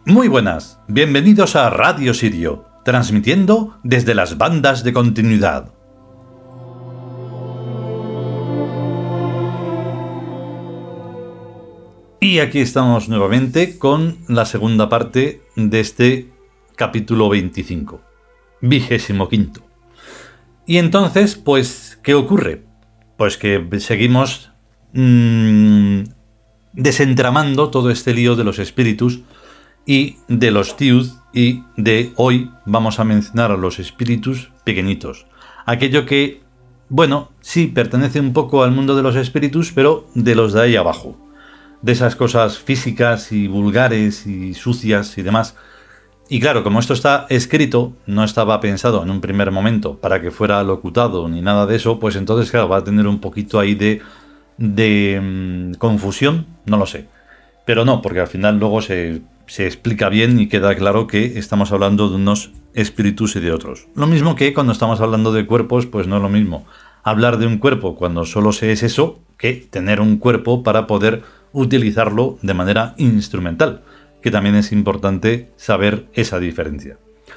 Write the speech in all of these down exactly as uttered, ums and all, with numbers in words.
Muy buenas, bienvenidos a Radio Sirio, transmitiendo desde las bandas de continuidad. Y aquí estamos nuevamente con la segunda parte de este capítulo veinticinco, vigésimo quinto. Y entonces, pues, ¿qué ocurre? Pues que seguimos mmm, desentramando todo este lío de los espíritus y de los tiud, y de hoy vamos a mencionar a los espíritus pequeñitos. Aquello que, bueno, sí pertenece un poco al mundo de los espíritus, pero de los de ahí abajo. De esas cosas físicas y vulgares y sucias y demás. Y claro, como esto está escrito, no estaba pensado en un primer momento para que fuera locutado ni nada de eso, pues entonces, claro, va a tener un poquito ahí de, de mmm, confusión, no lo sé. Pero no, porque al final luego se, se explica bien y queda claro que estamos hablando de unos espíritus y de otros. Lo mismo que cuando estamos hablando de cuerpos, pues no es lo mismo hablar de un cuerpo cuando solo se es eso, que tener un cuerpo para poder utilizarlo de manera instrumental, que también es importante saber esa diferencia.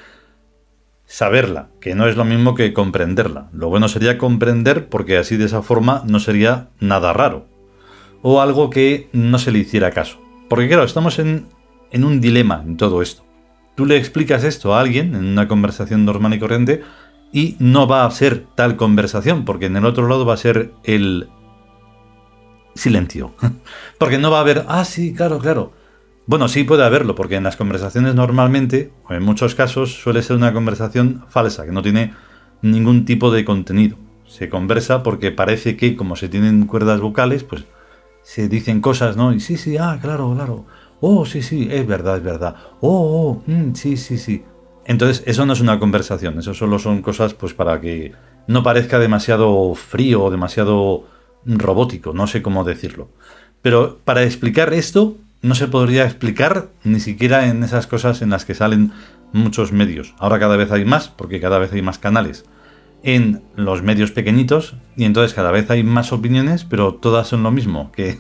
Saberla, que no es lo mismo que comprenderla. Lo bueno sería comprender, porque así de esa forma no sería nada raro, o algo que no se le hiciera caso. Porque claro, estamos en, en un dilema en todo esto. Tú le explicas esto a alguien en una conversación normal y corriente y no va a ser tal conversación, porque en el otro lado va a ser el silencio. Porque no va a haber, ah, sí, claro, claro. Bueno, sí puede haberlo, porque en las conversaciones normalmente, o en muchos casos, suele ser una conversación falsa, que no tiene ningún tipo de contenido. Se conversa porque parece que, como se tienen cuerdas vocales, pues se dicen cosas, ¿no? Y sí, sí, ah, claro, claro. Oh, sí, sí, es verdad, es verdad. Oh, oh, mm, sí, sí, sí. Entonces, eso no es una conversación, eso solo son cosas, pues, para que no parezca demasiado frío o demasiado robótico, no sé cómo decirlo. Pero para explicar esto no se podría explicar ni siquiera en esas cosas en las que salen muchos medios. Ahora cada vez hay más, porque cada vez hay más canales en los medios pequeñitos, y entonces cada vez hay más opiniones, pero todas son lo mismo, que,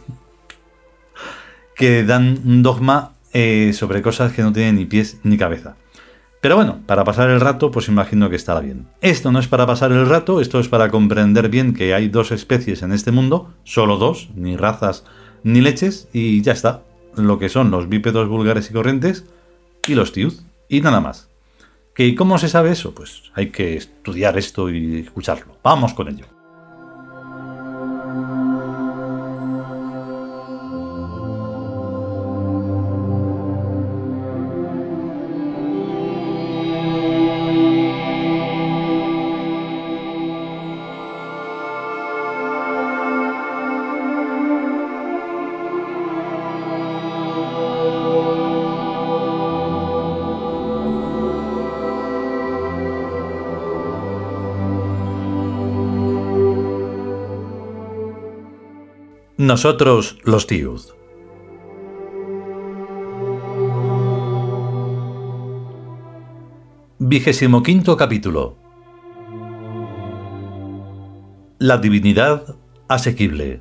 que dan un dogma eh, sobre cosas que no tienen ni pies ni cabeza. Pero bueno, para pasar el rato, pues imagino que estará bien. Esto no es para pasar el rato, esto es para comprender bien que hay dos especies en este mundo, solo dos, ni razas ni leches, y ya está. Lo que son los bípedos vulgares y corrientes y los tiud, y nada más. ¿Que cómo se sabe eso? Pues hay que estudiar esto y escucharlo. Vamos con ello. Nosotros los tiud. Vigésimo quinto capítulo. La divinidad asequible.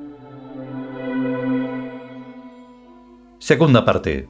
Segunda parte.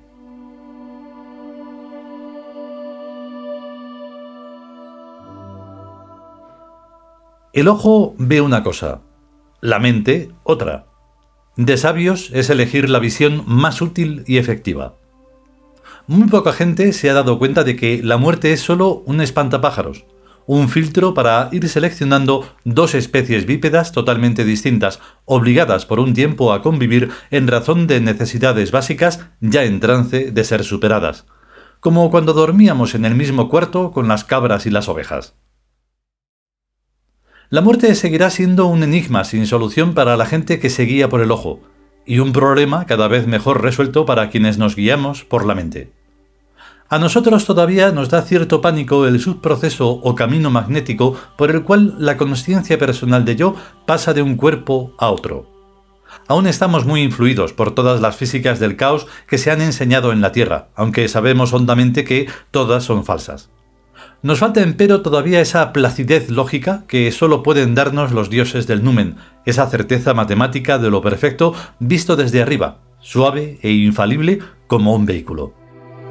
El ojo ve una cosa, la mente otra. De sabios es elegir la visión más útil y efectiva. Muy poca gente se ha dado cuenta de que la muerte es solo un espantapájaros, un filtro para ir seleccionando dos especies bípedas totalmente distintas, obligadas por un tiempo a convivir en razón de necesidades básicas ya en trance de ser superadas, como cuando dormíamos en el mismo cuarto con las cabras y las ovejas. La muerte seguirá siendo un enigma sin solución para la gente que se guía por el ojo, y un problema cada vez mejor resuelto para quienes nos guiamos por la mente. A nosotros todavía nos da cierto pánico el subproceso o camino magnético por el cual la consciencia personal de yo pasa de un cuerpo a otro. Aún estamos muy influidos por todas las físicas del caos que se han enseñado en la Tierra, aunque sabemos hondamente que todas son falsas. Nos falta empero todavía esa placidez lógica que solo pueden darnos los dioses del numen, esa certeza matemática de lo perfecto visto desde arriba, suave e infalible como un vehículo.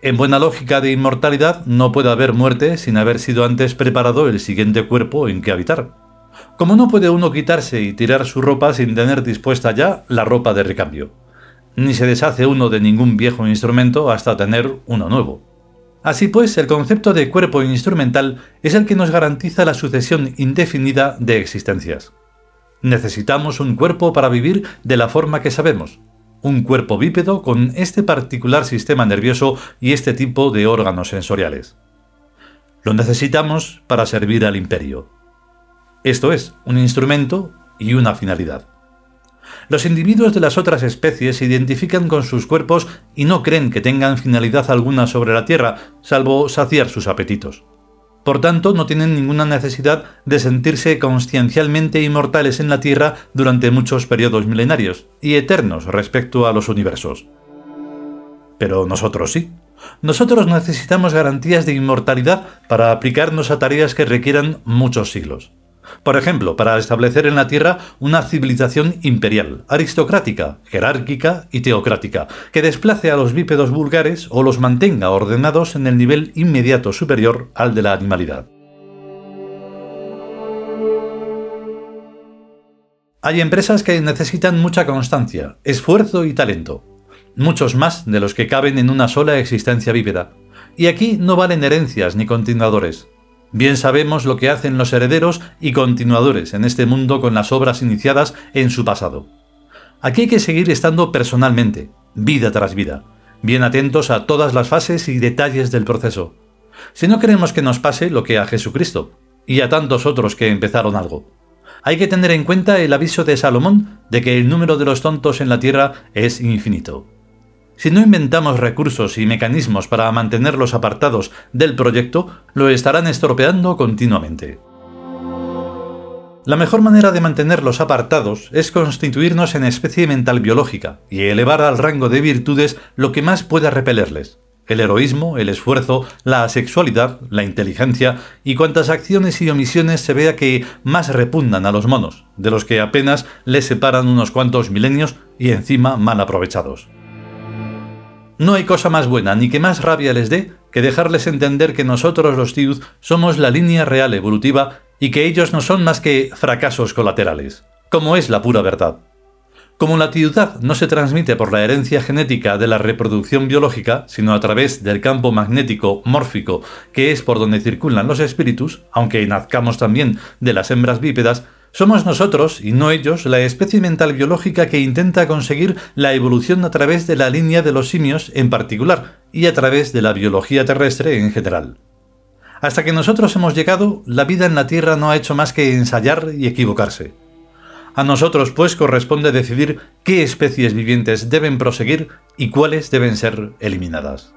en buena lógica de inmortalidad no puede haber muerte sin haber sido antes preparado el siguiente cuerpo en que habitar. Como no puede uno quitarse y tirar su ropa sin tener dispuesta ya la ropa de recambio. Ni se deshace uno de ningún viejo instrumento hasta tener uno nuevo. Así pues, el concepto de cuerpo instrumental es el que nos garantiza la sucesión indefinida de existencias. Necesitamos un cuerpo para vivir de la forma que sabemos. Un cuerpo bípedo con este particular sistema nervioso y este tipo de órganos sensoriales. Lo necesitamos para servir al imperio. Esto es, un instrumento y una finalidad. Los individuos de las otras especies se identifican con sus cuerpos y no creen que tengan finalidad alguna sobre la Tierra, salvo saciar sus apetitos. Por tanto, no tienen ninguna necesidad de sentirse consciencialmente inmortales en la Tierra durante muchos periodos milenarios y eternos respecto a los universos. Pero nosotros sí. Nosotros necesitamos garantías de inmortalidad para aplicarnos a tareas que requieran muchos siglos. Por ejemplo, para establecer en la Tierra una civilización imperial, aristocrática, jerárquica y teocrática, que desplace a los bípedos vulgares o los mantenga ordenados en el nivel inmediato superior al de la animalidad. Hay empresas que necesitan mucha constancia, esfuerzo y talento, muchos más de los que caben en una sola existencia bípeda, y aquí no valen herencias ni continuadores. Bien sabemos lo que hacen los herederos y continuadores en este mundo con las obras iniciadas en su pasado. Aquí hay que seguir estando personalmente, vida tras vida, bien atentos a todas las fases y detalles del proceso. Si no queremos que nos pase lo que a Jesucristo y a tantos otros que empezaron algo. Hay que tener en cuenta el aviso de Salomón de que el número de los tontos en la tierra es infinito. Si no inventamos recursos y mecanismos para mantenerlos apartados del proyecto, lo estarán estropeando continuamente. La mejor manera de mantenerlos apartados es constituirnos en especie mental biológica y elevar al rango de virtudes lo que más pueda repelerles: el heroísmo, el esfuerzo, la sexualidad, la inteligencia y cuantas acciones y omisiones se vea que más repugnan a los monos, de los que apenas les separan unos cuantos milenios y encima mal aprovechados. No hay cosa más buena ni que más rabia les dé que dejarles entender que nosotros los Tiud somos la línea real evolutiva y que ellos no son más que fracasos colaterales, como es la pura verdad. Como la tiudad no se transmite por la herencia genética de la reproducción biológica, sino a través del campo magnético mórfico, que es por donde circulan los espíritus, aunque nazcamos también de las hembras bípedas, somos nosotros, y no ellos, la especie mental biológica que intenta conseguir la evolución a través de la línea de los simios en particular, y a través de la biología terrestre en general. Hasta que nosotros hemos llegado, la vida en la Tierra no ha hecho más que ensayar y equivocarse. A nosotros, pues, corresponde decidir qué especies vivientes deben proseguir y cuáles deben ser eliminadas.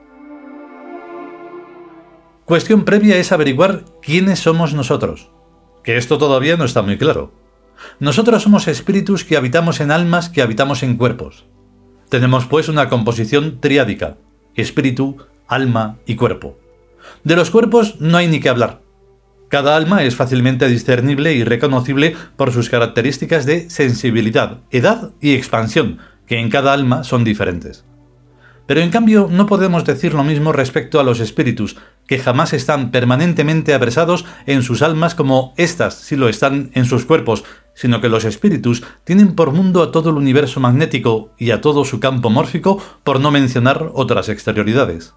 Cuestión previa es averiguar quiénes somos nosotros, que esto todavía no está muy claro. Nosotros somos espíritus que habitamos en almas que habitamos en cuerpos. Tenemos, pues, una composición triádica: espíritu, alma y cuerpo. De los cuerpos no hay ni que hablar. Cada alma es fácilmente discernible y reconocible por sus características de sensibilidad, edad y expansión, que en cada alma son diferentes. Pero en cambio no podemos decir lo mismo respecto a los espíritus, que jamás están permanentemente apresados en sus almas como éstas sí lo están en sus cuerpos, sino que los espíritus tienen por mundo a todo el universo magnético y a todo su campo mórfico, por no mencionar otras exterioridades.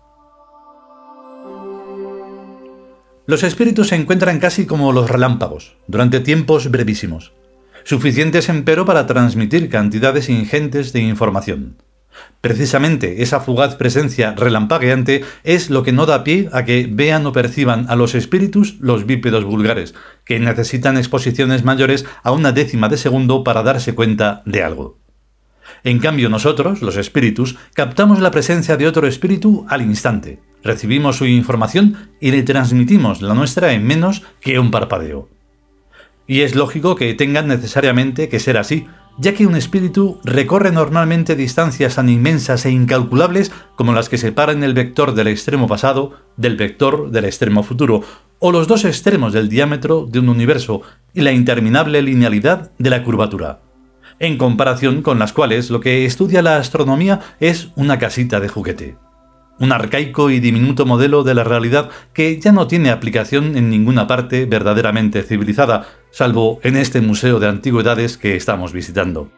Los espíritus se encuentran casi como los relámpagos, durante tiempos brevísimos, suficientes empero para transmitir cantidades ingentes de información. Precisamente esa fugaz presencia relampagueante es lo que no da pie a que vean o perciban a los espíritus los bípedos vulgares, que necesitan exposiciones mayores a una décima de segundo para darse cuenta de algo. En cambio nosotros, los espíritus, captamos la presencia de otro espíritu al instante, recibimos su información y le transmitimos la nuestra en menos que un parpadeo. Y es lógico que tengan necesariamente que ser así, ya que un espíritu recorre normalmente distancias tan inmensas e incalculables como las que separan el vector del extremo pasado del vector del extremo futuro, o los dos extremos del diámetro de un universo y la interminable linealidad de la curvatura, en comparación con las cuales lo que estudia la astronomía es una casita de juguete. un arcaico y diminuto modelo de la realidad que ya no tiene aplicación en ninguna parte verdaderamente civilizada, salvo en este museo de antigüedades que estamos visitando.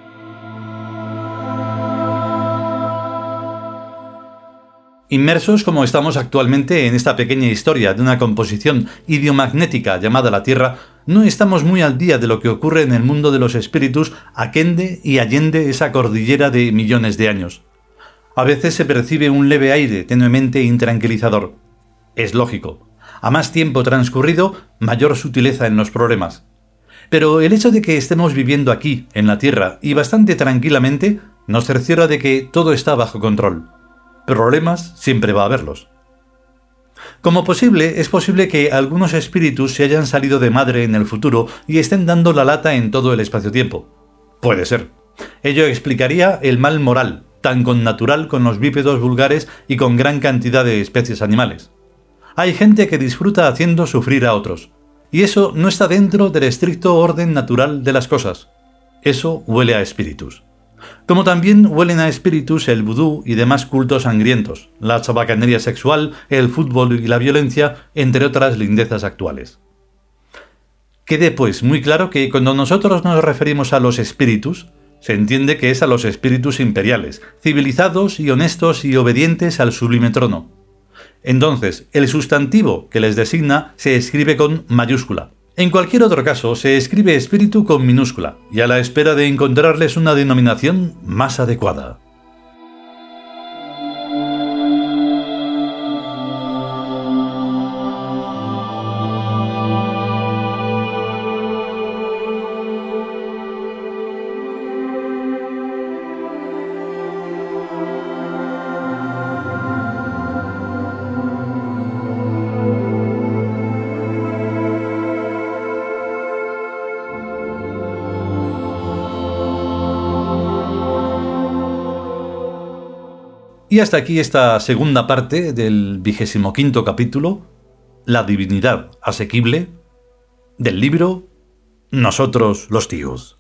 Inmersos como estamos actualmente en esta pequeña historia de una composición idiomagnética llamada la Tierra, no estamos muy al día de lo que ocurre en el mundo de los espíritus aquende y allende esa cordillera de millones de años. A veces se percibe un leve aire tenuemente intranquilizador. Es lógico. A más tiempo transcurrido, mayor sutileza en los problemas. Pero el hecho de que estemos viviendo aquí, en la Tierra, y bastante tranquilamente, nos cerciora de que todo está bajo control. Problemas siempre va a haberlos. Como posible, es posible que algunos espíritus se hayan salido de madre en el futuro y estén dando la lata en todo el espacio-tiempo. Puede ser. Ello explicaría el mal moral, tan connatural con los bípedos vulgares y con gran cantidad de especies animales. Hay gente que disfruta haciendo sufrir a otros, y eso no está dentro del estricto orden natural de las cosas. Eso huele a espíritus. Como también huelen a espíritus el vudú y demás cultos sangrientos, la chabacanería sexual, el fútbol y la violencia, entre otras lindezas actuales. Quede pues muy claro que cuando nosotros nos referimos a los espíritus, se entiende que es a los espíritus imperiales, civilizados y honestos y obedientes al sublime trono. Entonces, el sustantivo que les designa se escribe con mayúscula. En cualquier otro caso, se escribe espíritu con minúscula, y a la espera de encontrarles una denominación más adecuada. Y hasta aquí esta segunda parte del vigésimo quinto capítulo, La divinidad asequible, del libro Nosotros los tíos.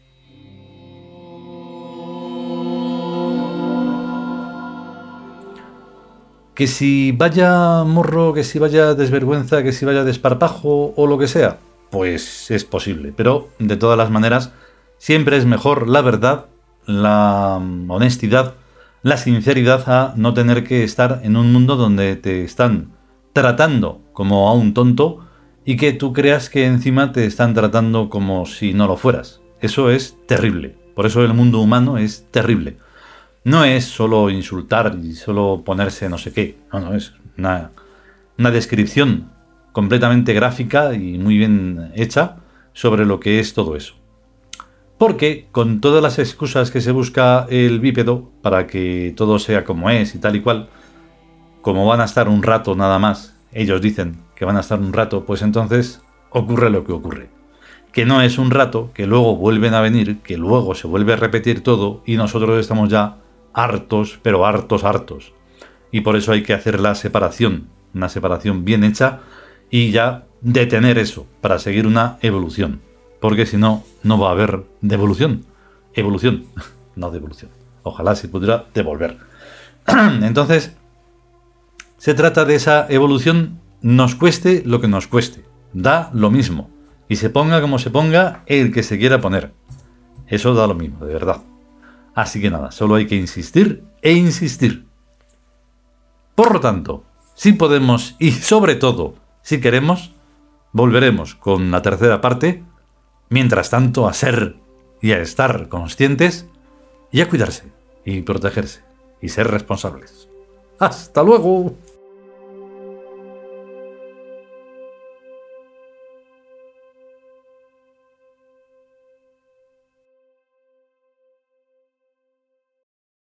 Que si vaya morro, que si vaya desvergüenza, que si vaya desparpajo o lo que sea, pues es posible. Pero de todas las maneras, siempre es mejor la verdad, la honestidad, la sinceridad a no tener que estar en un mundo donde te están tratando como a un tonto y que tú creas que encima te están tratando como si no lo fueras. Eso es terrible. Por eso el mundo humano es terrible. No es solo insultar y solo ponerse no sé qué. No, no, es una, una descripción completamente gráfica y muy bien hecha sobre lo que es todo eso. Porque con todas las excusas que se busca el bípedo para que todo sea como es y tal y cual, como van a estar un rato nada más, ellos dicen que van a estar un rato, pues entonces ocurre lo que ocurre. Que no es un rato, que luego vuelven a venir, que luego se vuelve a repetir todo y nosotros estamos ya hartos, pero hartos, hartos. Y por eso hay que hacer la separación, una separación bien hecha y ya detener eso para seguir una evolución. Porque si no, no va a haber devolución. Evolución, no devolución. Ojalá se pudiera devolver. Entonces, se trata de esa evolución, nos cueste lo que nos cueste. Da lo mismo. Y se ponga como se ponga el que se quiera poner. Eso da lo mismo, de verdad. Así que nada, solo hay que insistir e insistir. Por lo tanto, si podemos y sobre todo, si queremos, volveremos con la tercera parte. Mientras tanto, a ser y a estar conscientes y a cuidarse y protegerse y ser responsables. ¡Hasta luego!